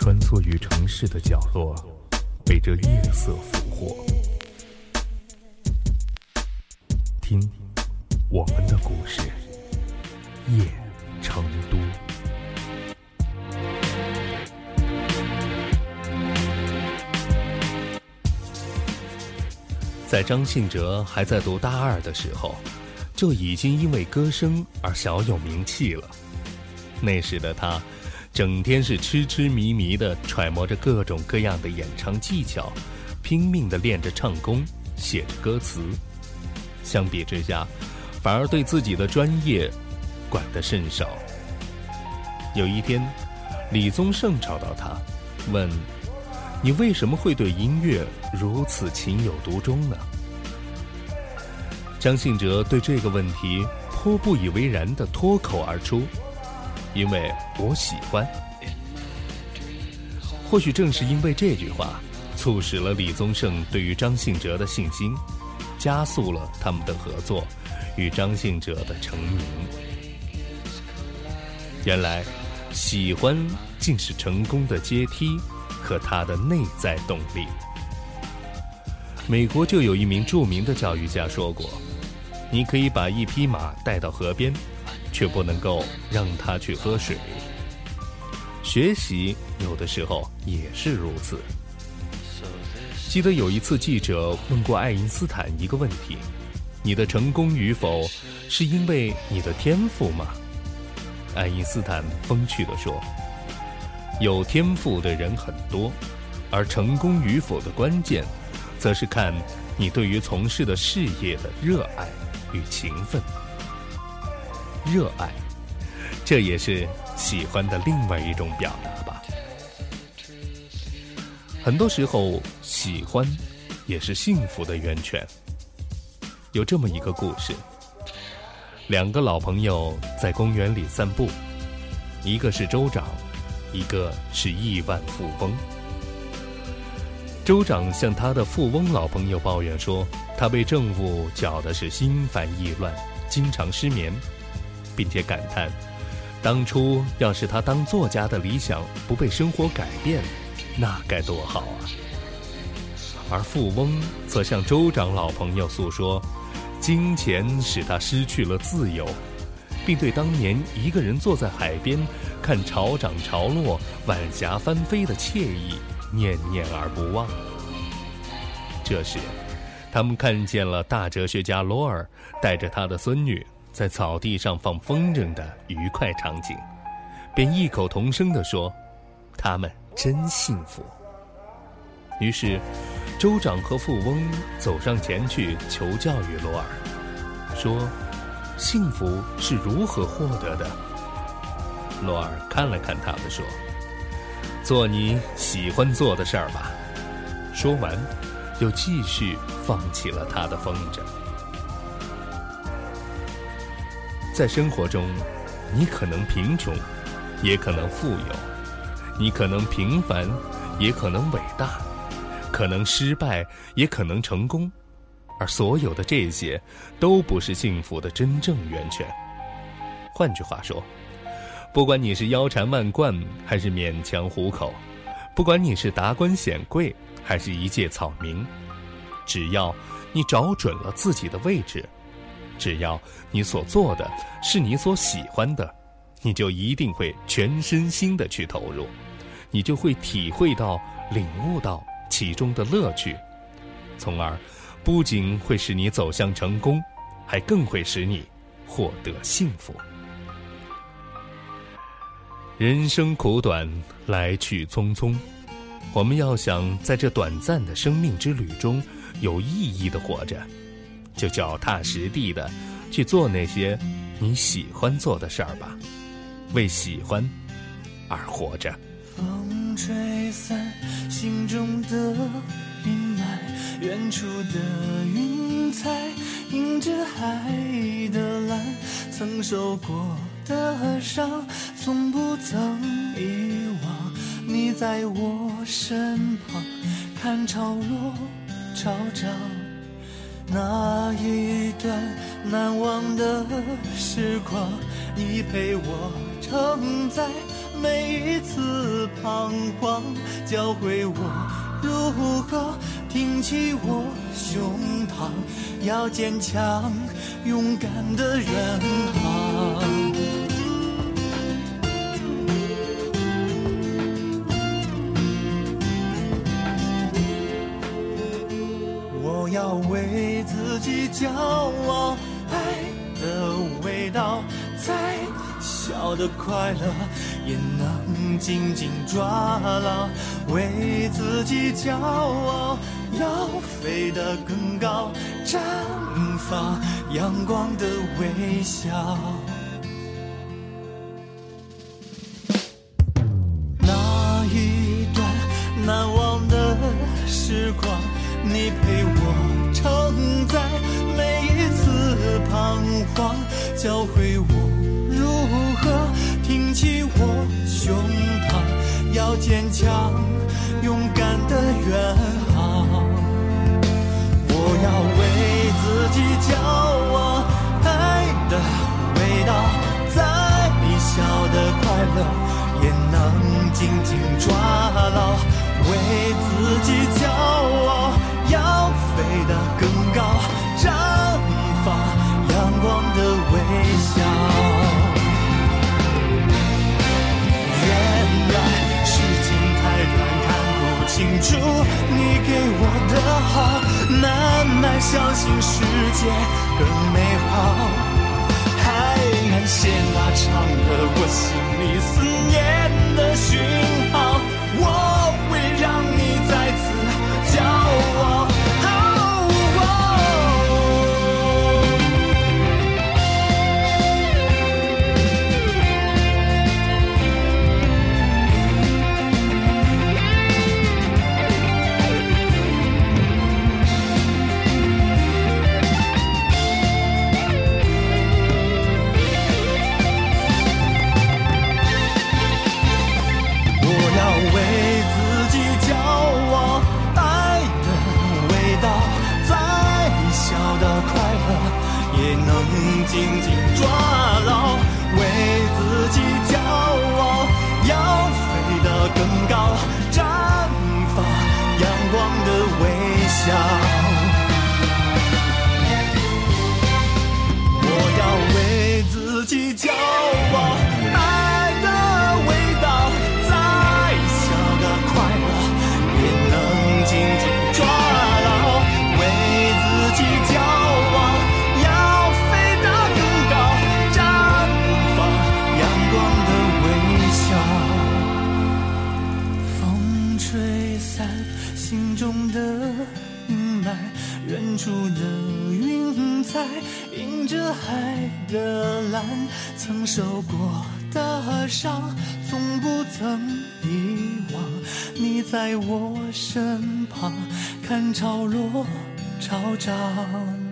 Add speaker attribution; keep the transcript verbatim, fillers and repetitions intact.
Speaker 1: 穿梭于城市的角落，被这夜色俘获。听我们的故事，夜成都。在张信哲还在读大二的时候，就已经因为歌声而小有名气了。那时的他整天是痴痴迷迷地揣摩着各种各样的演唱技巧，拼命地练着唱功，写着歌词。相比之下，反而对自己的专业管得甚少。有一天，李宗盛找到他，问：你为什么会对音乐如此情有独钟呢？张信哲对这个问题颇不以为然地脱口而出：因为我喜欢。或许正是因为这句话，促使了李宗盛对于张信哲的信心，加速了他们的合作与张信哲的成名。原来喜欢竟是成功的阶梯和他的内在动力。美国就有一名著名的教育家说过，你可以把一匹马带到河边，却不能够让它去喝水。学习有的时候也是如此。记得有一次记者问过爱因斯坦一个问题：你的成功与否是因为你的天赋吗？爱因斯坦风趣地说，有天赋的人很多，而成功与否的关键则是看你对于从事的事业的热爱与勤奋。热爱，这也是喜欢的另外一种表达吧。很多时候，喜欢也是幸福的源泉。有这么一个故事，两个老朋友在公园里散步，一个是州长，一个是亿万富翁。州长向他的富翁老朋友抱怨说，他被政务搅得是心烦意乱，经常失眠，并且感叹当初要是他当作家的理想不被生活改变，那该多好啊。而富翁则向州长老朋友诉说，金钱使他失去了自由，并对当年一个人坐在海边看潮涨潮落、晚霞翻飞的惬意念念而不忘。这时他们看见了大哲学家罗尔带着他的孙女在草地上放风筝的愉快场景，便异口同声地说，他们真幸福。于是州长和富翁走上前去求教于罗尔，说幸福是如何获得的？罗尔看了看他们说，做你喜欢做的事儿吧。说完又继续放起了他的风筝。在生活中，你可能贫穷，也可能富有，你可能平凡，也可能伟大，可能失败，也可能成功，而所有的这些都不是幸福的真正源泉。换句话说，不管你是腰缠万贯还是勉强糊口，不管你是达官显贵还是一介草民，只要你找准了自己的位置，只要你所做的是你所喜欢的，你就一定会全身心地去投入，你就会体会到、领悟到其中的乐趣，从而不仅会使你走向成功，还更会使你获得幸福。人生苦短，来去匆匆，我们要想在这短暂的生命之旅中有意义地活着，就脚踏实地地去做那些你喜欢做的事儿吧，为喜欢而活着。
Speaker 2: 风吹散心中的阴霾，远处的云彩映着海的蓝，曾受过的伤从不曾遗忘，你在我身旁看潮落潮涨，那一段难忘的时光，你陪我承载每一次彷徨，教会我如何挺起我胸膛，要坚强勇敢的远航。我要为自己骄傲，爱的味道，再小的快乐也能紧紧抓牢。为自己骄傲，要飞得更高，绽放阳光的微笑。那一段难忘的时光，你陪我承载每一次彷徨，教会我如何挺起我胸膛，要坚强勇敢的远航。我要为自己骄傲，爱的味道，再小的快乐也能紧紧抓牢。为自己骄傲，要飞得更高，绽放阳光的微笑。原来时间太短，看不清楚你给我的好，慢慢相信世界更美好。海岸线拉长了我心里思念的讯号，我会让你再次骄傲。紧紧抓牢，为自己骄傲，要飞得更高，绽放阳光的微笑。我要为自己骄傲，爱的味道，再小的快乐也能紧紧抓牢，为自己骄傲，心中的阴霾，远处的云彩，迎着海的蓝，曾受过的伤，从不曾遗忘。你在我身旁，看潮落潮涨。